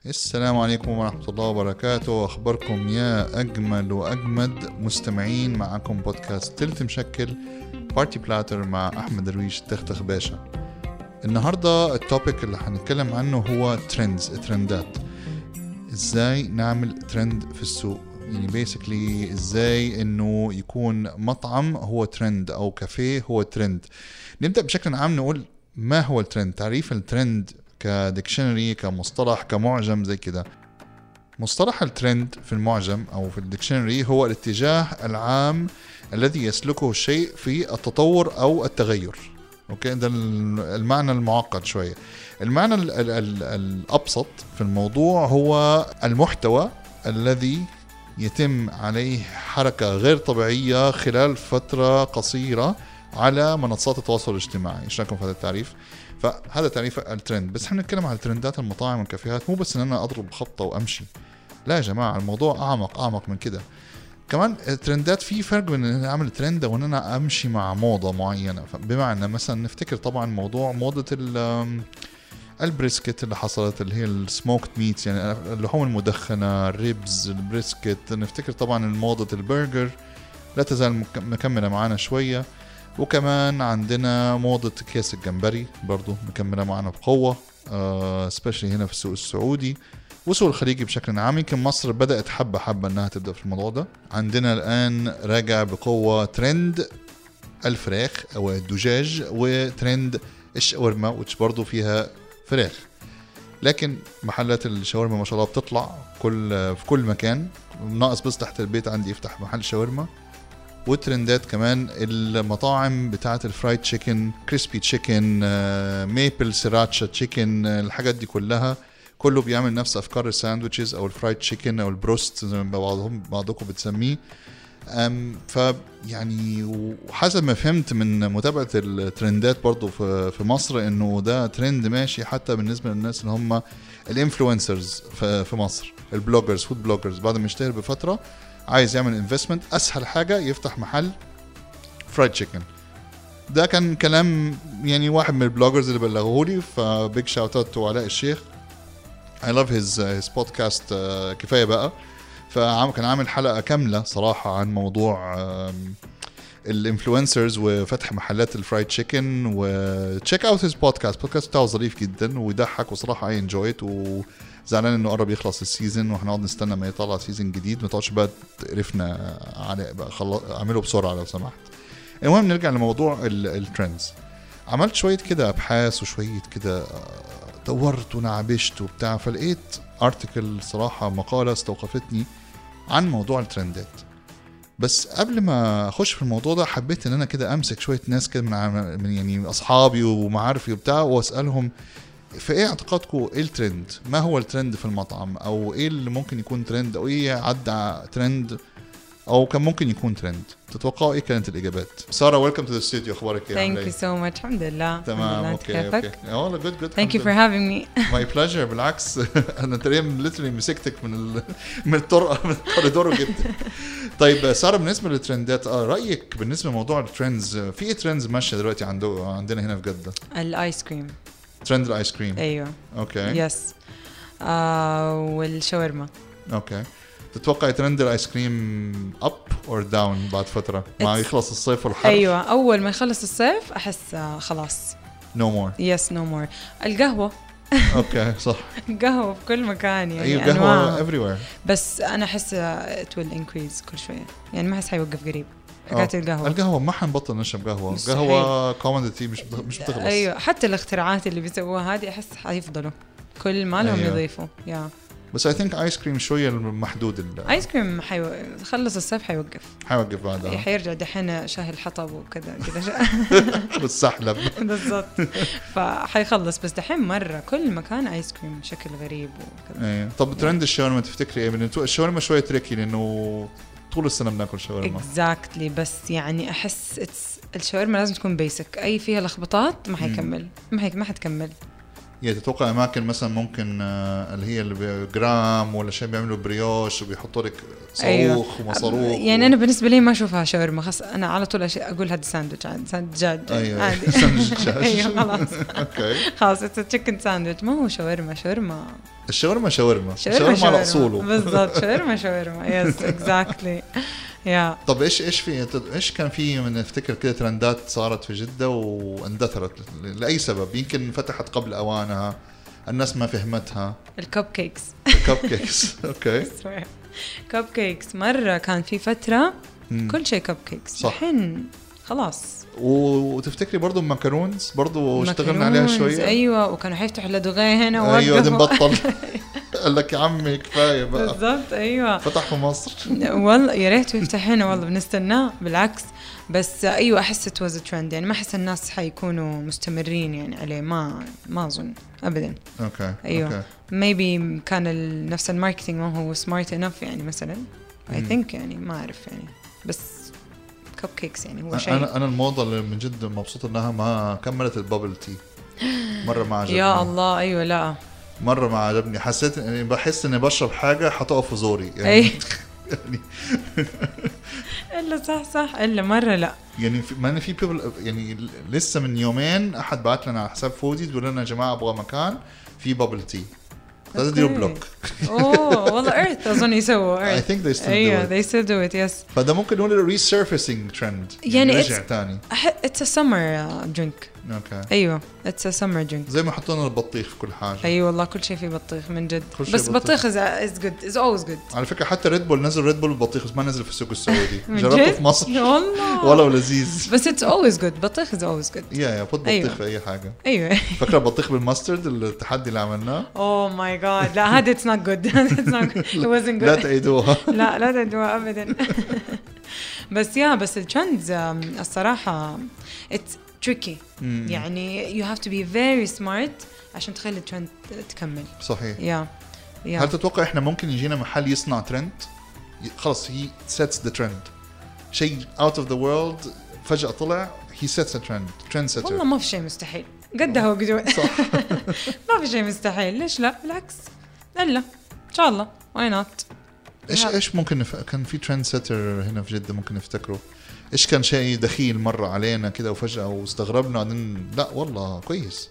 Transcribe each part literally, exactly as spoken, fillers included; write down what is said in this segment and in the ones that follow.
السلام عليكم ورحمة الله وبركاته. أخباركم يا أجمل وأجمد مستمعين؟ معكم بودكاست تلت مشكل بارتي بلاتر مع أحمد درويش تختخ باشا. النهاردة التوبيك اللي هنتكلم عنه هو ترندز، ترندات. إزاي نعمل ترند في السوق، يعني بيسكلي إزاي إنه يكون مطعم هو ترند أو كافيه هو ترند. نبدأ بشكل عام نقول ما هو الترند، تعريف الترند كديكشنري، كمصطلح، كمعجم زي كده. مصطلح الترند في المعجم أو في الديكشنري هو الاتجاه العام الذي يسلكه الشيء في التطور أو التغير. أوكي، ده المعنى المعقد شوية. المعنى ال ال ال الأبسط في الموضوع هو المحتوى الذي يتم عليه حركة غير طبيعية خلال فترة قصيرة على منصات التواصل الاجتماعي. ايش رايكم في هذا التعريف؟ فهذا تعريف الترند. بس احنا نتكلم على ترندات المطاعم والكافيهات، مو بس ان انا اضرب خطة وامشي، لا يا جماعة، الموضوع اعمق اعمق من كده. كمان الترندات في فرق بين ان انا اعمل ترند وان انا امشي مع موضة معينة. بمعنى مثلا نفتكر طبعا موضوع موضة البريسكت اللي حصلت، اللي هي السموكت ميتس، يعني اللحوم المدخنة، الريبز، البريسكت. نفتكر طبعا موضة البرجر لا تزال مكملة معانا شوية. وكمان عندنا موضة كيس الجمبري برضو مكملة معنا بقوة، سبيشلي هنا في السوق السعودي والسوق الخليجي بشكل عام. يمكن مصر بدأت حبة حبة انها تبدأ في الموضوع ده. عندنا الآن راجع بقوة ترند الفراخ او الدجاج، وترند الشاورما وش برضو فيها فراخ. لكن محلات الشاورما ما شاء الله بتطلع كل في كل مكان، ناقص بس تحت البيت عندي يفتح محل شاورما. وترندات كمان المطاعم بتاعه الفرايد تشيكن، كريسبي تشيكن، ميبل سيراتشا تشيكن، الحاجات دي كلها كله بيعمل نفس افكار الساندويتشز او الفرايد تشيكن او البروست زي ما بعضهم بعضكم بتسميه. فيعني وحسب ما فهمت من متابعة الترندات برضو في مصر انه ده ترند ماشي حتى بالنسبة للناس اللي هم الانفلونسرز في مصر، البلوجرز، فود بلوجرز. بعد ما يشتهر بفترة عايز يعمل انفستمنت، اسهل حاجة يفتح محل فرايد تشيكن. ده كان كلام يعني واحد من البلوجرز اللي بلغوهولي، فبيج شاوت اوت تو علاء الشيخ. I love his his podcast. uh, كفاية بقى. فكان عامل حلقة كاملة صراحة عن موضوع الانفلونسرز وفتح محلات الفرايد تشيكن. وتشيك اوت هيز بودكاست، بودكاست بتاعه ظريف جدا ويضحك، وصراحة اي انجويت. وزعلان انه قرب يخلص السيزن وهنقعد نستنى ما يطلع سيزن جديد. ما تقعدش بقى تقرفنا على بقى، خلص اعمله بسرعة لو سمحت. المهم نرجع لموضوع الترندز. عملت شوية كده ابحاث وشوية كده دورت ونعبشت وبتاع، فلقيت ارتكل صراحة، مقالة استوقفتني عن موضوع الترندات. بس قبل ما اخش في الموضوع ده حبيت ان انا كده امسك شوية ناس كده من, من يعني اصحابي ومعارفي وبتاع، واسألهم في ايه اعتقادكم ايه الترند، ما هو الترند في المطعم، او ايه اللي ممكن يكون ترند، او ايه عدى ترند، او كان ممكن يكون ترند. تتوقعوا ايه كانت الاجابات؟ ساره، ويلكم تو ذا ستوديو. اخبارك ايه؟ ثانك يو سو ماتش. الحمد لله تمام. اوكي اوكي والله جود جود. ثانك يو فور هافينج مي. ماي بليجر. بالعكس انا تقريبا ليترلي مسكتك من ال... من الطرقه، من الكوريدور جدا. طيب ساره، بالنسبه للترندات، اه رايك بالنسبه لموضوع الترندز؟ في ايه ترندز ماشيه دلوقتي عنده عندنا هنا في جده؟ الايس كريم. ترند الايس كريم. ايوه اوكي. يس. آه والشاورما. اوكي. تتوقع ترند الايس كريم اب اور داون بعد فتره ما يخلص الصيف والحر؟ ايوه، اول ما يخلص الصيف احس آه خلاص نو مور. يس نو مور. القهوه. اوكي صح. القهوه في كل مكان، يعني ايوه قهوه everywhere. بس انا احس it will increase كل شويه، يعني ما احس حيوقف قريب حكايه القهوه. القهوه ما حنبطل نشرب قهوه. قهوه كوموديتي مش مش بتخلص. ايوه، حتى الاختراعات اللي بيسووها هذه احس حيفضلوا كل ما لهم أيوة. يضيفوا يا بس I think ايس كريم شويه محدود. ايس كريم حيو... خلص الصيف حيوقف حيوقف بعدها، حيرجع دحين شاي الحطب وكذا كذا والسحلب بالضبط. فحيخلص، بس دحين مره كل مكان ايس كريم بشكل غريب وكذا. ايه. طب ترند الشاورما تفتكري ايه؟ من الشاورما شويه تريكي لانه طول السنه بناكل شاورما. اكزاكتلي. بس يعني احس الشاورما لازم تكون بيسك، اي فيها لخبطات ما حيكمل، ما حي... ما حتكمل. يعني تتوقع اماكن مثلا ممكن آه، اللي هي اللي بجرام ولا شيء بيعملوا بريوش وبيحطوا لك صاروخ أيوة. ومصاروخ يعني و... انا بالنسبه لي ما اشوفها شاورما، خاص انا على طول أش... اقول هذا ساندويتش عادي، ساندويتش دجاج ايوه عادي. ساندويتش دجاج ايوه خلاص اوكي خلاص اتس تشيكن ساندويتش، ما هو شاورما. شاورما الشاورما شاورما شاورما على اصوله بالضبط. شاورما شاورما يس اكزاكتلي يا. طب ايش ايش في ايش كان في من افتكر كده ترندات صارت في جدة واندثرت لاي سبب؟ يمكن فتحت قبل اوانها، الناس ما فهمتها. الكب كيكس. الكب كيكس اوكي. كب كيكس مره كان في فتره مم. كل شيء كب كيكس، صح. الحين خلاص. وتفتكري برضو ماكارونز برضو اشتغلنا عليها شويه. ايوه وكانوا حيفتحوا لدغاي هنا ووقفوا. ايوه نبطل. قال لك يا عمي كفايه بقى. بالضبط ايوه. فتح في مصر. والله يا ريت يفتح هنا، والله بنستناه بالعكس. بس ايوه احس it was a trend، يعني ما احس الناس حيكونوا مستمرين يعني عليه، ما ما اظن ابدا. اوكي ايوه اوكي maybe كان ال- نفس الماركتينج ما هو smart enough يعني مثلا I think يعني ما اعرف يعني. بس كب كيكس يعني هو شيء. انا انا الموضه اللي من جد مبسوط انها ما كملت البابل تي مره ما عجبني. يا الله ايوه لا مره ما عجبني، حسيت اني بحس اني بشرب حاجه حتقف في زوري يعني. أي. يعني الا صح صح الا مره لا يعني في ما في بيبل يعني لسه من يومين احد بعت لنا على حساب فودي تقول لنا يا جماعه ابغى مكان في بابل تي، لازم تديروا بلوك. اوه والله ايرث اظن يسووا I ايرث. think they still ايوه do it. they still do it yes. فده ممكن نقول resurfacing trend يعني رجع it's- تاني. it's a summer uh, drink. اوكي ايوه it's a summer drink. زي ما حطوا لنا البطيخ في كل حاجه. اي والله كل شيء فيه بطيخ من جد. كل شيء بس بطيخ. بطيخ is, is good is always good. على فكره حتى ريد بول نزل ريد بول بالبطيخ بس ما نزل في السوق السعودي. من جربته جد؟ في مصر والله والله لذيذ. بس it's always good. بطيخ is always good. يا يا بط بطيخ أيوة. في اي حاجه. ايوه فكره بطيخ بالماسترد التحدي اللي عملناه. oh my god لا هذا it's not good. it's not good. it wasn't لا good. تعيدوها. لا لا تدوا ابدا. بس يا بس الترندز الصراحه it's tricky. مم. يعني you have to be very smart عشان تخلي الترند تكمل. صحيح. يا يا هل تتوقع احنا ممكن يجينا محل يصنع ترند خلص هي sets the trend شيء out of the world فجأة طلع he sets a trend trend setter. والله ما في شيء مستحيل قدها وقدوه. صح. ما في شيء مستحيل ليش لا بالعكس الا ان شاء الله why not. ايش ايش ممكن نف... كان في ترند سيتر هنا في جدة ممكن نفتكره؟ ايش كان شيء دخيل مرة علينا كده وفجأة واستغربنا بعدين لا والله كويس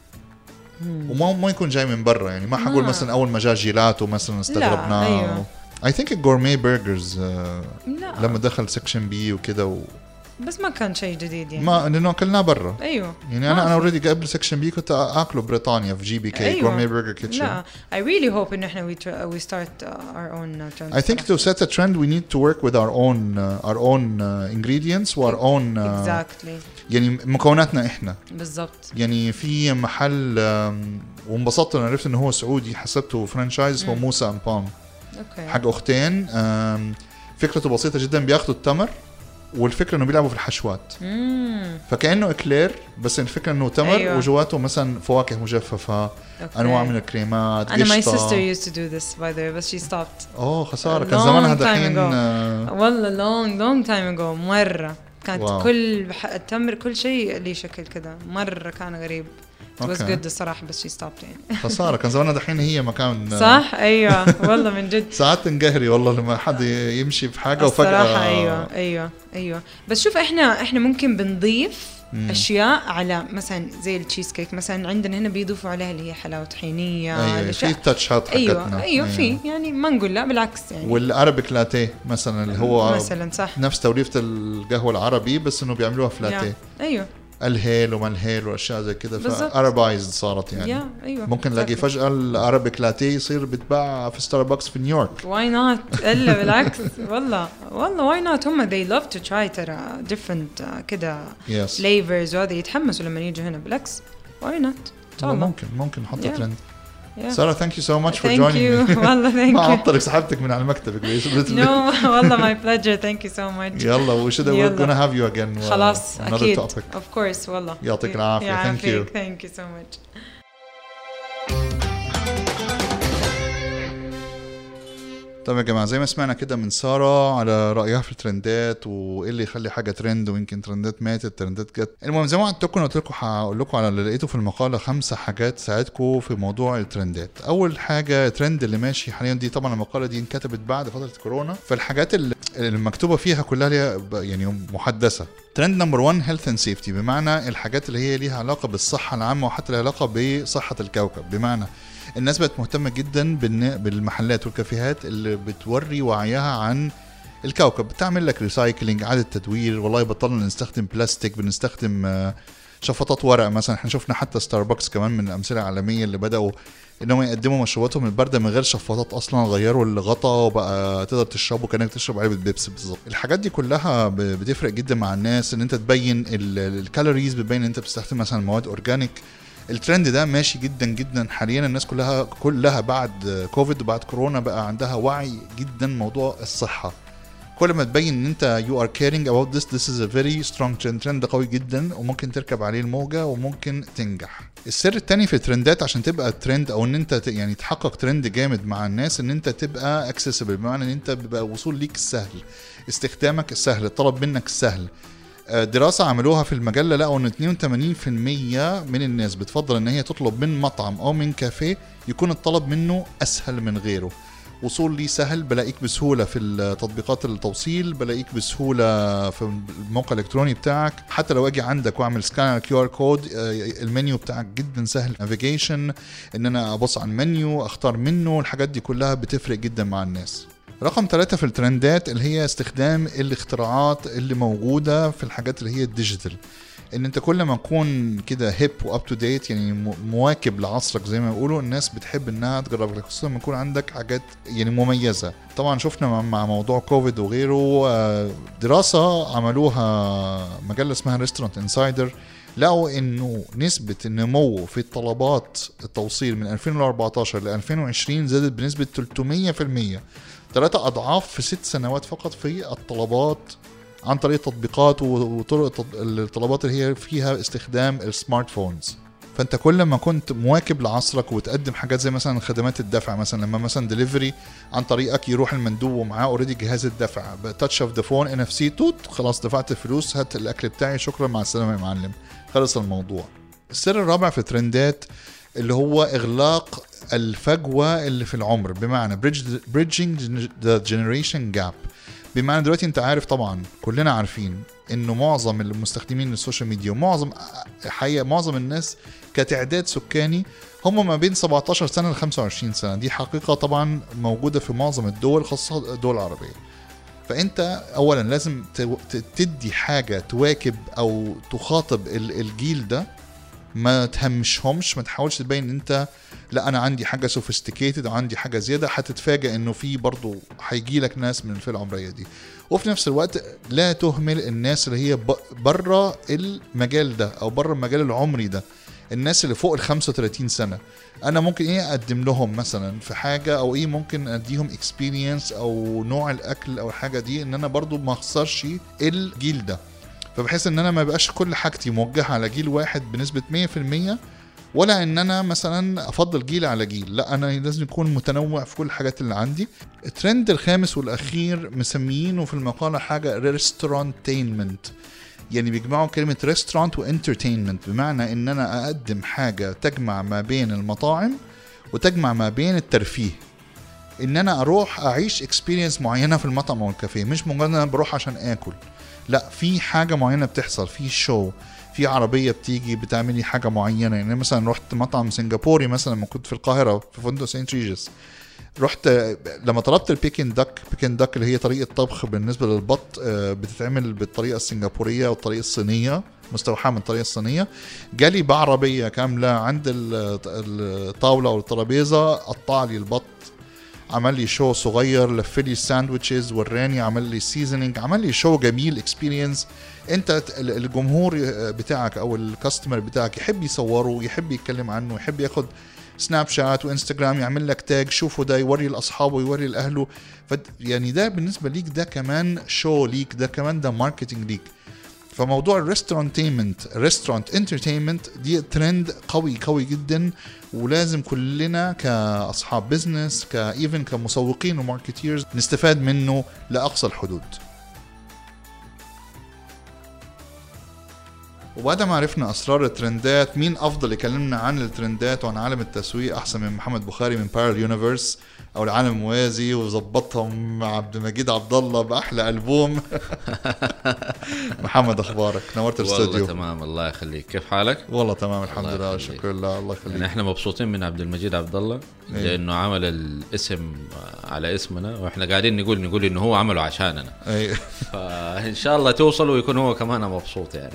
وما ما يكون جاي من برا يعني ما حقول آه. مثلا اول ما جاء جيلاتو مثلا استغربنا. أيوه. I think الجورمي برجرز آه لا لما دخل سكشن بي وكده و... بس ما كان شيء جديد يعني. ما لانه اكلناه برا ايوه يعني ما انا انا في. اوريدي قبل سكشن بي كنت اكله بريطانيا في جي بي كي أيوة. جورمي برجر كيتشن. لا I really hope إن إحنا we, tr- we start uh, our own uh, trend. I think to set a trend we need to work with our own uh, our own uh, ingredients و our own uh, exactly يعني مكوناتنا احنا. بالضبط. يعني في محل um, وانبسطت انا عرفت انه هو سعودي حسبته فرانشايز هو موسى ام بام اوكي حق اختين. um, فكرته بسيطة جدا بياخدوا التمر والفكرة انه بيلعبوا في الحشوات امم فكأنه اكلير بس الفكرة انه تمر أيوة. وجواته مثلا فواكه مجففة انواع من الكريمات أنا my قشطة. sister used to do this by the way but she stopped. اوه خسارة كان Long زمانها time دحين ago. آه، والله long long time ago مرة كانت واو. كل بح... التمر كل شيء ليه شكل كذا مرة كان غريب. It was أوكي. good الصراحة بس she stopped يعني. خسارة كان زمانها دحين هي مكان آه، صح أيوة والله من جد. ساعات تنقهري والله لما حد يمشي في حاجة وفجأة الصراحة أيوة أيوة أيوة بس شوف إحنا إحنا ممكن بنضيف مم. أشياء على مثلا زي التشيز كيك مثلا عندنا هنا بيضيفوا عليها اللي هي حلاوة طحينية ايوه في الأشياء. التاتشات حقتنا. أيوة أيوة في يعني ما نقول لا بالعكس يعني. والارابيك لاتيه مثلا اللي هو مثلا صح. نفس توليفة القهوة العربي بس انه بيعملوها في لاتيه. أيوة الهيل وما الهيل واشياء زي كده بالضبط. فارابايزد صارت يعني. يا أيوة ممكن نلاقي فجأة الارابيك لاتيه يصير بيتباع في ستاربكس في نيويورك. واي نوت الا بالعكس والله والله واي نوت هم they love to try ترى different uh, كده يس flavors وهذا يتحمسوا لما يجوا هنا بالعكس واي نوت ان شاء الله. ممكن ممكن نحط Yeah. ترند. Yeah. سارة thank you so much for Thank joining you. me. والله thank ما you. عطلك سحبتك من على المكتب No والله my pleasure thank you so much. يلا we should we're يلا. gonna have you again. خلاص another أكيد topic. of course والله. يعطيك العافية. Thank you. يعافيك. Thank you so much. طب يا جماعه زي ما سمعنا كده من ساره على رايها في الترندات وايه اللي يخلي حاجه ترند، ويمكن ترندات ماتت ترندات جت. المهم زي ما وعدتكم قلت لكم هقول لكم على اللي لقيته في المقاله، خمسه حاجات تساعدكم في موضوع الترندات. اول حاجه ترند اللي ماشي حاليا دي، طبعا المقاله دي انكتبت بعد فتره كورونا، فالحاجات اللي المكتوبه فيها كلها ليها يعني محدثه. ترند نمبر واحد هيلث اند سيفتي، بمعنى الحاجات اللي هي ليها علاقه بالصحه العامه وحتى لها علاقه بصحه الكوكب. بمعنى الناس بقت مهتمة جدا بالمحلات والكافيهات اللي بتوري وعيها عن الكوكب، بتعمل لك ريسايكلينج، إعادة تدوير. والله بطلنا نستخدم بلاستيك، بنستخدم شفطات ورق مثلا. احنا شفنا حتى ستاربكس كمان من الأمثلة العالمية اللي بدأوا انهم يقدموا مشروباتهم الباردة من غير شفاطات اصلا، غيروا الغطاء وبقى تقدر تشربه كأنك تشرب علبة بيبسي بالظبط. الحاجات دي كلها بتفرق جدا مع الناس، ان انت تبين الكالوريز، بتبين ان انت بتستخدم مثلا مواد اورجانيك. الترند ده ماشي جدا جدا حاليا. الناس كلها كلها بعد كوفيد وبعد كورونا بقى عندها وعي جدا موضوع الصحة. كل ما تبين ان انت you are caring about this this is a very strong trend. ترند قوي جدا وممكن تركب عليه الموجة وممكن تنجح. السر التاني في الترندات عشان تبقى ترند او ان انت يعني تحقق ترند جامد مع الناس، ان انت تبقى accessible، بمعنى ان انت بيبقى وصول ليك السهل، استخدامك السهل، الطلب منك السهل. دراسة عملوها في المجلة لقوا ان اثنين وثمانين بالمية من الناس بتفضل ان هي تطلب من مطعم او من كافيه يكون الطلب منه اسهل من غيره. وصول لي سهل، بلاقيك بسهولة في تطبيقات التوصيل، بلاقيك بسهولة في الموقع الالكتروني بتاعك. حتى لو اجي عندك واعمل سكان على كيو ار كود، المنيو بتاعك جدا سهل، نافيجيشن، ان انا ابص على المنيو اختار منه. الحاجات دي كلها بتفرق جدا مع الناس. رقم ثلاثة في الترندات اللي هي استخدام الاختراعات اللي موجودة في الحاجات اللي هي الديجيتال. ان انت كل ما تكون كده هيب واب تو ديت، يعني مواكب لعصرك زي ما بيقولوا، الناس بتحب انها تجرب لك، خصوصا لما يكون عندك حاجات يعني مميزة. طبعا شفنا مع موضوع كوفيد وغيره دراسة عملوها مجلة اسمها ريستورانت انسايدر، لقوا انه نسبة النمو في الطلبات التوصيل من ألفين وأربعتاشر ل ألفين وعشرين زادت بنسبة ثلاثمية بالمية، ثلاثة أضعاف في ست سنوات فقط في الطلبات عن طريق التطبيقات وطرق الطلبات اللي هي فيها استخدام السمارت فونز. فانت كل ما كنت مواكب لعصرك وتقدم حاجات زي مثلا خدمات الدفع، مثلا لما مثلا ديليفري عن طريقك يروح المندوب ومعاه اوريدي جهاز الدفع، بتاتش اوف ذا فون ان اف سي، توت خلاص دفعت الفلوس، هات الاكل بتاعي، شكرا مع السلامه يا معلم، خلص الموضوع. السر الرابع في الترندات اللي هو اغلاق الفجوه اللي في العمر، بمعنى bridging the generation gap. بمعنى دلوقتي انت عارف طبعا، كلنا عارفين انه معظم المستخدمين للسوشيال ميديا ومعظم حقيقة معظم الناس كتعداد سكاني هم ما بين سبعتاشر سنة ل خمسة وعشرين سنة. دي حقيقة طبعا موجودة في معظم الدول، خاصة الدول العربية. فانت اولا لازم تدي حاجة تواكب او تخاطب الجيل ده، ما تهمشهمش، ما تحاولش تبين انت لا انا عندي حاجه سوفيستيكيتد وعندي حاجه زياده، هتتفاجئ انه في برضو هيجي لك ناس من الفئه العمريه دي. وفي نفس الوقت لا تهمل الناس اللي هي بره المجال ده او بره المجال العمري ده، الناس اللي فوق ال خمسة وثلاثين سنه. انا ممكن ايه اقدم لهم مثلا في حاجه، او ايه ممكن اديهم اكسبيرينس او نوع الاكل او الحاجه دي، ان انا برضو ما اخسرش الجيل ده. فبحيث ان انا ما بقاش كل حاجتي موجهه على جيل واحد بنسبه مية بالمية، ولا ان انا مثلا افضل جيل على جيل، لا انا لازم يكون متنوع في كل الحاجات اللي عندي. الترند الخامس والاخير مسميينه في المقاله حاجه ريستورانتينمنت، يعني بيجمعوا كلمه ريستورانت وانترتينمنت، بمعنى ان انا اقدم حاجه تجمع ما بين المطاعم وتجمع ما بين الترفيه. ان انا اروح اعيش اكسبيرينس معينه في المطعم او الكافيه، مش مجرد ان انا بروح عشان اكل، لا في حاجه معينه بتحصل، في شو، في عربيه بتيجي بتعملي حاجه معينه. يعني مثلا رحت مطعم سنغافوري مثلا لما كنت في القاهره في فندق سانت ريجس، رحت لما طلبت البيكن داك، بيكن داك اللي هي طريقه طبخ بالنسبه للبط، بتتعمل بالطريقه السنغافوريه والطريقه الصينيه، مستوحاه من الطريقه الصينيه. جالي بعربيه كامله عند الطاوله والترابيزه، قطع لي البط، عمل لي شو صغير، لف لي الساندويتشز، وراني، عمل لي سيزنينج، عمل لي شو جميل، اكسبيرينس. انت الجمهور بتاعك او الكاستمر بتاعك يحب يصوره، يحب يتكلم عنه، يحب ياخد سناب شات وانستغرام، يعمل لك تاج، شوفوا ده، يوري لاصحابه، يوري لاهله. ف يعني ده بالنسبه ليك ده كمان شو ليك، ده كمان ده ماركتينج ليك. فموضوع الريستورانتيمنت ريستورانت انترتينمنت دي ترند قوي قوي جدا، ولازم كلنا كأصحاب بزنس كايفن كمسوقين وماركتيرز نستفاد منه لأقصى الحدود. وبعد ما عرفنا أسرار الترندات، مين أفضل يكلمنا عن الترندات وعن عالم التسويق أحسن من محمد بخاري من بارل يونيفرس أو العالم الموازي، وظبطهم مع عبد المجيد عبد الله بأحلى ألبوم. محمد أخبارك؟ نورت الاستوديو. والله تمام الله يخليك، كيف حالك؟ والله تمام الحمد لله شكرا لله الله يخليك. يعني احنا مبسوطين من عبد المجيد عبد الله لأنه عمل الاسم على اسمنا، وإحنا قاعدين نقول نقول إنه هو عمله عشاننا. فإن شاء الله توصل ويكون هو كمان مبسوط يعني.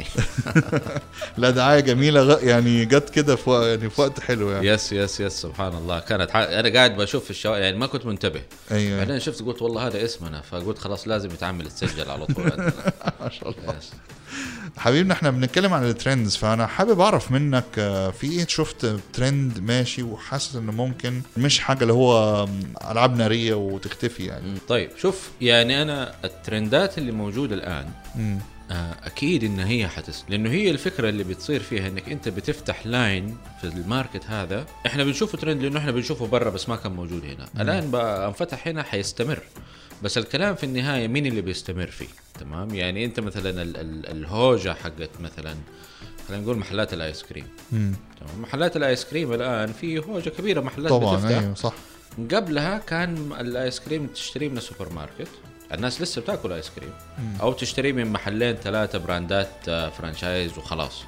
لا دعاية جميلة يعني جت كده في يعني في وقت حلو يعني. يس يس يس سبحان الله. كانت أنا قاعد بشوف في الشوارع يعني ما كنت منتبه. أيوة. بعدين شفت قلت والله هذا اسمنا، فقلت خلاص لازم يتعمل يتسجل على طول. ما شاء الله. حبيبنا احنا بنتكلم عن الترندز، فانا حابب اعرف منك في ايه شفت ترند ماشي وحاسس انه ممكن مش حاجه اللي هو العاب ناريه وتختفي يعني. طيب شوف يعني انا الترندات اللي موجوده الان م. اكيد ان هي حتس، لانه هي الفكره اللي بتصير فيها انك انت بتفتح لاين في الماركت هذا. احنا بنشوفه ترند لانه احنا بنشوفه برا بس ما كان موجود هنا. م. الان بقى انفتح هنا حيستمر، بس الكلام في النهايه مين اللي بيستمر فيه؟ تمام يعني انت مثلا ال- ال- الهوجه حقت مثلا خلينا نقول محلات الايس كريم. مم. تمام محلات الايس كريم الان في هوجه كبيره محلات طبعا بتفتح. ايوه صح. قبلها كان الايس كريم تشتريه من السوبر ماركت، الناس لسه بتاكل ايس كريم. مم. او تشتريه من محلين ثلاثه براندات فرانشايز وخلاص.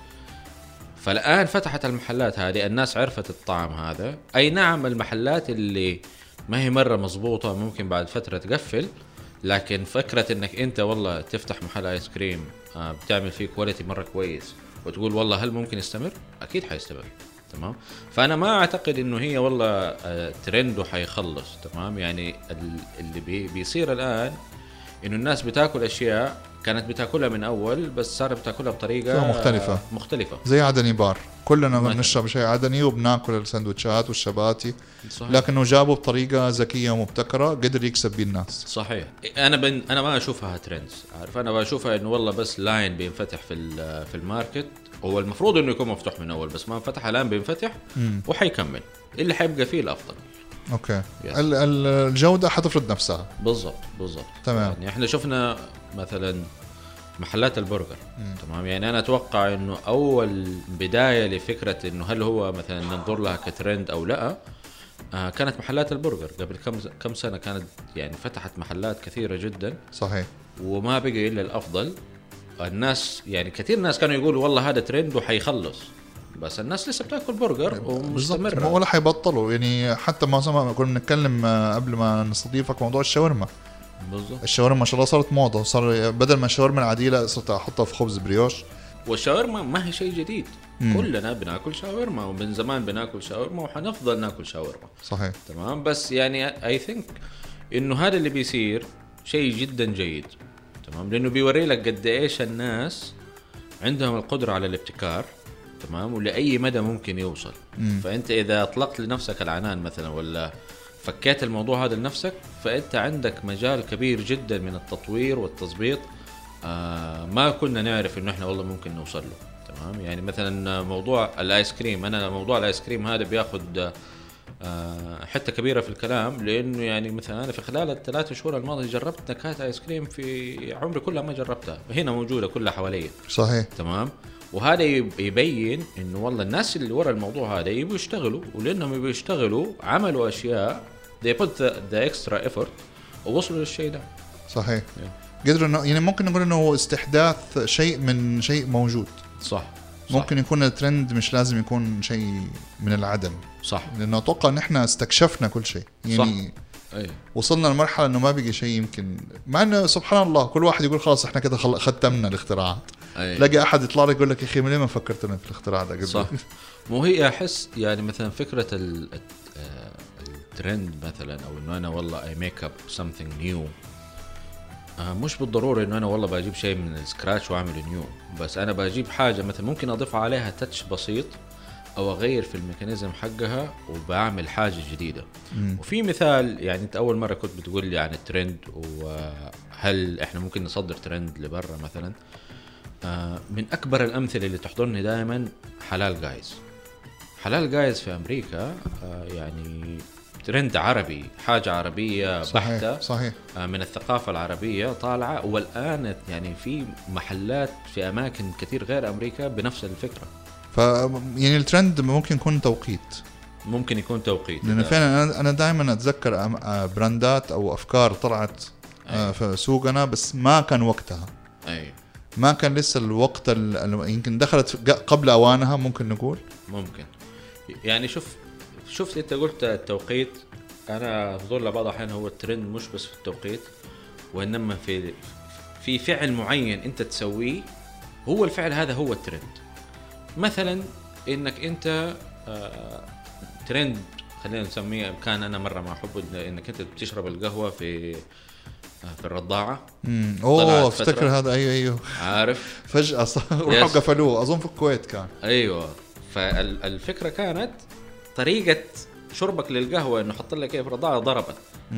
فالان فتحت المحلات هذه، الناس عرفت الطعم هذا. اي نعم المحلات اللي ما هي مره مزبوطه ممكن بعد فتره تقفل، لكن فكرة انك انت والله تفتح محل ايس كريم بتعمل فيه كواليتي مرة كويس وتقول والله هل ممكن يستمر؟ اكيد حيستمر. تمام. فانا ما اعتقد انه هي والله ترند وحيخلص. تمام يعني اللي بي بيصير الان انه الناس بتاكل اشياء كانت بتاكلها من اول بس صارت بتاكلها بطريقة مختلفة مختلفة زي عدني بار، كلنا بنشرب شيء عدني وبناكل السندوتشات والشباتي. صحيح. لكنه جابوا بطريقة ذكية ومبتكرة قدر يكسب بيه الناس. صحيح. انا بن انا ما اشوفها ترندز، عارف انا بشوفها انه والله بس لاين بينفتح في في الماركت، هو المفروض انه يكون مفتوح من اول بس ما انفتح الان بينفتح م. وحيكمل اللي حيبقى فيه الافضل. اوكي ال- الجودة حتفرض نفسها. بالضبط بالضبط. تمام. يعني احنا شفنا مثلا محلات البرجر. مم. تمام يعني انا اتوقع انه اول بدايه لفكره انه هل هو مثلا ننظر لها كترند او لا آه كانت محلات البرجر. قبل كم كم سنه كانت يعني فتحت محلات كثيره جدا. صحيح. وما بقى الا الافضل. الناس يعني كثير ناس كانوا يقولوا والله هذا ترند وحيخلص، بس الناس لسه بتاكل برجر ومستمره ولا حيبطلوا. يعني حتى ما كنا بنتكلم قبل ما نستضيفك موضوع الشاورما. بالضبط. الشاورما ما شاء الله صارت موضه، صار بدل ما الشاورما العاديه صرت احطها في خبز بريوش. والشاورما ما هي شيء جديد. مم. كلنا بناكل شاورما ومن زمان بناكل شاورما وحنفضل ناكل شاورما. صحيح. تمام بس يعني اي ثينك انه هذا اللي بيصير شيء جدا جيد. تمام لانه بيوري لك قد ايش الناس عندهم القدره على الابتكار. تمام ولاي مدى ممكن يوصل. مم. فانت اذا اطلقت لنفسك العنان مثلا ولا فكيت الموضوع هذا لنفسك فأنت عندك مجال كبير جدا من التطوير والتظبيط. آه ما كنا نعرف إنه إحنا والله ممكن نوصل له. تمام يعني مثلا موضوع الآيس كريم، أنا موضوع الآيس كريم هذا بياخد آه حتة كبيرة في الكلام، لأنه يعني مثلا أنا في خلال الثلاث شهور الماضية جربت نكهات آيس كريم في عمري كلها ما جربتها، هنا موجودة كلها حواليا. صحيح. تمام وهذا يبين إنه والله الناس اللي ورا الموضوع هذا يبوا يشتغلوا، ولأنهم يبوا يشتغلوا عملوا أشياء they put the, the extra effort ووصلوا للشيء ده. صحيح. yeah. قدروا إنه يعني ممكن نقول إنه هو استحداث شيء من شيء موجود. صح. ممكن صح. يكون الترند مش لازم يكون شيء من العدم. صح. لأنه أتوقع إن إحنا استكشفنا كل شيء. يعني صح. أيه. وصلنا لمرحلة إنه ما بقي شيء يمكن، مع إنه سبحان الله كل واحد يقول خلاص إحنا كده خل... ختمنا الاختراعات. أيه. لقى أحد يطلع لك يقول لك يا أخي ليه ما فكرتنا في الاختراع ده قبل؟ صح. مو هي أحس يعني مثلا فكرة ال الترند مثلا أو إنه أنا والله I make up something new آه مش بالضرورة إنه أنا والله بجيب شيء من السكراتش وأعمل نيو، بس أنا بجيب حاجة مثلا ممكن أضيف عليها تاتش بسيط أو أغير في الميكانيزم حقها وبعمل حاجة جديدة. م. وفي مثال يعني أنت أول مرة كنت بتقول لي عن الترند وهل إحنا ممكن نصدر ترند لبرا مثلا. آه من اكبر الامثله اللي تحضرني دائما حلال جايز. حلال جايز في امريكا آه يعني ترند عربي، حاجه عربيه بحته. صحيح, صحيح. آه من الثقافه العربيه طالعه، والان يعني في محلات في اماكن كثير غير امريكا بنفس الفكره. ف يعني الترند ممكن يكون توقيت، ممكن يكون توقيت، لأنه فعلا أنا أنا دائما أتذكر براندات أو أفكار طلعت أيه. في سوقنا بس ما كان وقتها. أيه. ما كان لسه الوقت يمكن دخلت قبل أوانها ممكن نقول. ممكن يعني شوف شفت أنت قلت التوقيت، أنا أظن لبعض الأحيان هو الترند مش بس في التوقيت، وإنما في في فعل معين أنت تسويه، هو الفعل هذا هو الترند. مثلا إنك أنت آه ترند خلينا نسميه، كان أنا مرة ما أحب إنك أنت بتشرب القهوة في في الرضاعة. امم اوه افتكر هذا. ايوه ايوه عارف فجأة راحوا قفلوه اظن في الكويت كان. ايوه فالفكرة كانت طريقة شربك للقهوة انه حط لك ايه في الرضاعة ضربت،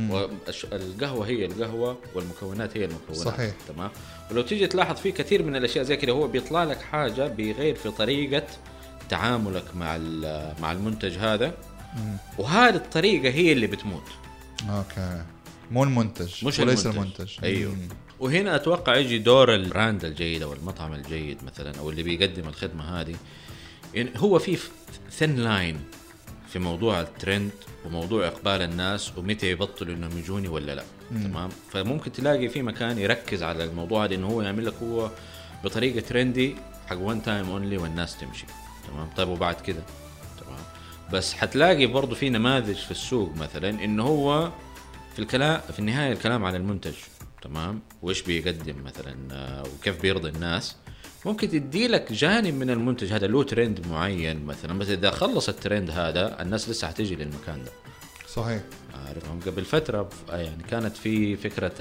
والقهوة هي القهوة والمكونات هي المكونات. صحيح. تمام. ولو تيجي تلاحظ فيه كثير من الاشياء زي كده، هو بيطلع لك حاجة بيغير في طريقة تعاملك مع مع المنتج هذا. مم. وهذه الطريقة هي اللي بتموت. اوكي مو المنتج مش وليس المنتج. المنتج. ايوه. مم. وهنا اتوقع يجي دور البراند الجيد او المطعم الجيد مثلا، او اللي بيقدم الخدمه هذه. يعني هو في ثين لاين في موضوع الترند وموضوع اقبال الناس ومتى يبطلوا انهم يجوني ولا لا. مم. تمام. فممكن تلاقي في مكان يركز على الموضوع هذا، انه هو يعمل لك هو بطريقه ترندي حق وان تايم اونلي والناس تمشي. تمام. طيب وبعد كده تمام. بس حتلاقي برضو في نماذج في السوق مثلا انه هو في الكلام في النهاية الكلام عن المنتج. تمام. وإيش بيقدم مثلا وكيف بيرضي الناس. ممكن تدي لك جانب من المنتج هذا له ترند معين مثلا، بس إذا خلص الترند هذا الناس لسه هتيجي للمكان ده. صحيح. عارفهم قبل فترة يعني كانت في فكرة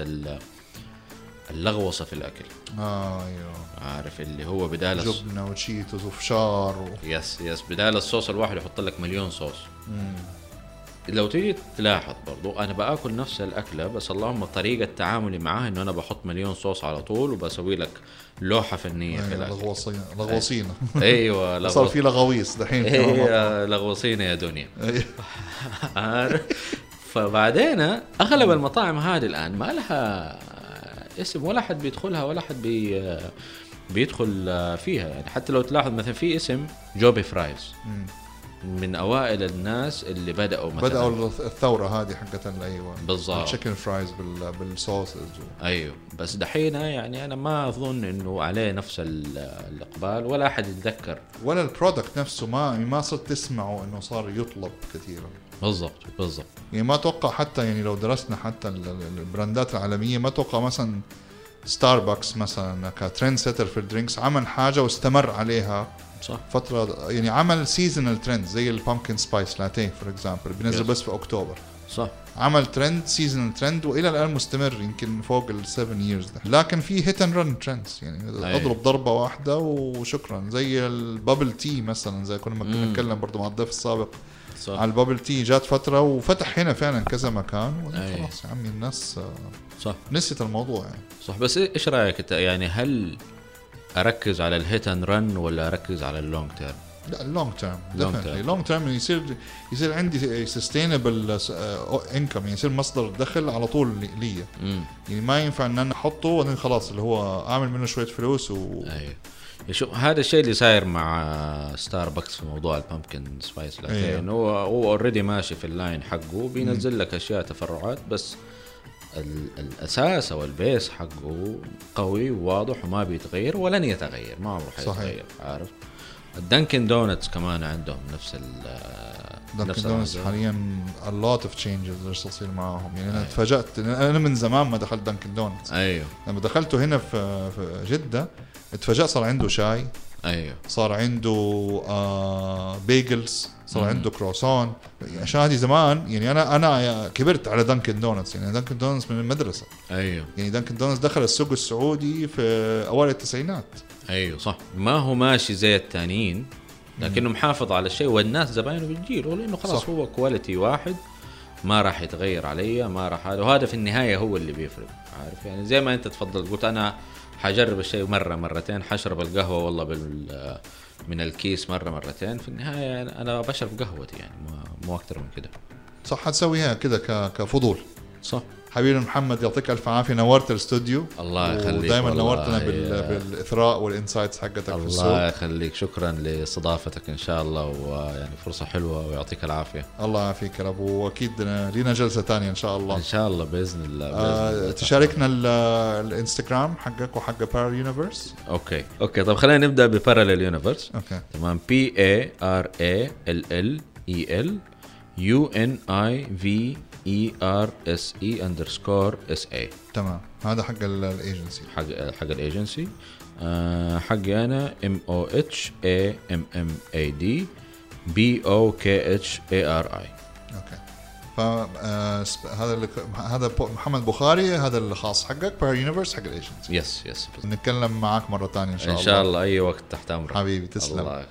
اللغوصة في الأكل. آه أيوه. عارف اللي هو بدال جبنة وشيتوس وفشار و... يس يس بدال الصوص الواحد يحط لك مليون صوص. مم. لو تيجي تلاحظ برضو أنا بأكل نفس الأكلة، بس اللهم طريقة تعاملي معها إنه أنا بحط مليون صوص على طول وبسوي لك لوحة فنية. أيوة في الأكل. لغوصينة لغوصينة. أيوة لغوص... صار في لغويص دحين. أيوة لغوصينة يا دنيا. فبعدين أغلب المطاعم هذه الآن ما لها اسم، ولا حد بيدخلها ولا حد بي... بيدخل فيها. يعني حتى لو تلاحظ مثلا في اسم جوبي فرايز. م. من اوائل الناس اللي بداوا مثلا بداوا الثوره هذه حقت ايوه بالضبط التشيكن فرايز بالصوص. ايوه بس دحين يعني انا ما اظن انه عليه نفس الاقبال ولا احد يتذكر، ولا البرودكت نفسه ما ما صرت تسمعه انه صار يطلب كثيرا. بالضبط بالضبط. يعني ما اتوقع حتى يعني لو درسنا حتى البراندات العالميه ما اتوقع مثلا ستاربكس مثلا كترند سيتر في الدرينكس عمل حاجه واستمر عليها صح فترة. يعني عمل سيزونال ترند زي البامكن سبايس لاتيه فور اكزامبل بينزل بس في اكتوبر. صح. عمل ترند سيزونال ترند والى الان مستمر يمكن فوق السبن ييرز ده. لكن في هيت اند رن ترندز يعني أيه. اضرب ضربة واحدة وشكرا. زي البابل تي مثلا زي كنا بنتكلم برضو مع الضيف السابق. صح. على البابل تي جات فترة وفتح هنا فعلا كذا مكان أيه. خلاص يا عمي الناس صح نسيت الموضوع يعني. صح. بس ايش رايك يعني هل اركز على الهيت اند رن ولا اركز على اللونج تيرم؟ لا اللونج تيرم ديفينتلي. لونج تيرم يصير يصير عندي سستينبل انكم، يعني يصير مصدر دخل على طول لي. يعني ما ينفع ان انا احطه وبعدين خلاص اللي هو اعمل منه شويه فلوس و... ايوه. شوف هذا الشيء اللي صاير مع ستاربكس في موضوع البامبكن سبايس لاتيه. أيوه. انه هو هو اوريدي ماشي في اللاين حقه بينزل لك اشياء تفرعات، بس الأساس أو البيس حقه قوي وواضح وما بيتغير ولن يتغير، ما عمره حيتغير. عارف الدانكن دونتس كمان عندهم نفس ال دانكن دونتس حاليا a lot of changes اللي تصير معاهم. يعني أنا تفاجأت أنا من زمان ما دخلت دانكن دونتس. أيوه لما دخلته هنا في في جدة اتفاجأت صار عنده شاي. أيوه صار عنده آه بيجلز، صار عنده كروسون. عشان هذه زمان يعني انا انا كبرت على دانكن دونتس. يعني دانكن دونتس من المدرسه. ايوه يعني دانكن دونتس دخل السوق السعودي في اوائل التسعينات. ايوه صح. ما هو ماشي زي الثانيين لكنه محافظ على الشيء والناس زباينه بتجيله لانه خلاص صح. هو كواليتي واحد ما راح يتغير علي، ما راح هذا، وهذا في النهايه هو اللي بيفرق. عارف يعني زي ما انت تفضل قلت انا حجرب الشيء مره مرتين، حشرب القهوه والله بال من الكيس مره مرتين، في النهايه انا بشرب قهوتي يعني مو اكثر من كده. صح، حتسويها كده كفضول. صح حبيبي محمد، يعطيك الف عافيه، نورت الاستوديو. الله يخليك، ودائما نورتنا بال... بالاثراء والانسايتس حقتك في السوق. الله يخليك، شكرا لاستضافتك ان شاء الله، ويعني فرصه حلوه ويعطيك العافيه. الله يعافيك يا رب، واكيد لينا جلسه ثانيه ان شاء الله. ان شاء الله باذن الله, بإذن آه الله. تشاركنا الانستغرام حقك وحق باراليل يونيفرس. اوكي اوكي طب خلينا نبدا بباراليل يونيفرس. اوكي تمام. بي اي ار اي ال ال اي ال يو ان اي في اي ار اس اي اندرسكور اس اي. تمام، هذا حق الايجنسي. حق حق الايجنسي. أه حقي انا ام او اتش اي ام ام اي دي بي او كي اتش اي ار اي. اوكي. فهذا اللي هذا محمد بخاري، هذا الخاص حقك باراليل يونيفرس حق الايجنسي. يس يس. نتكلم معك مره ثانيه ان شاء الله. ان شاء الله اي وقت تحت امرك حبيبي، تسلم. الله.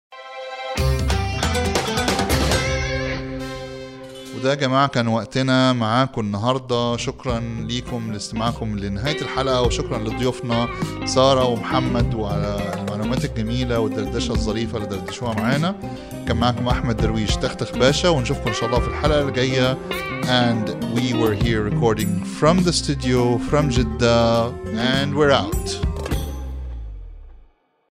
وده يا جماعة كان وقتنا معاكم النهاردة. شكرا ليكم لاستماعكم لنهاية الحلقة، وشكرا لضيوفنا سارة ومحمد وعلى المعلومات الجميلة والدردشة الظريفة اللي دردشوها معانا. كان معاكم أحمد درويش تختخ باشا، ونشوفكم إن شاء الله في الحلقة الجاية. And we were here recording from the studio from Jeddah, and we're out.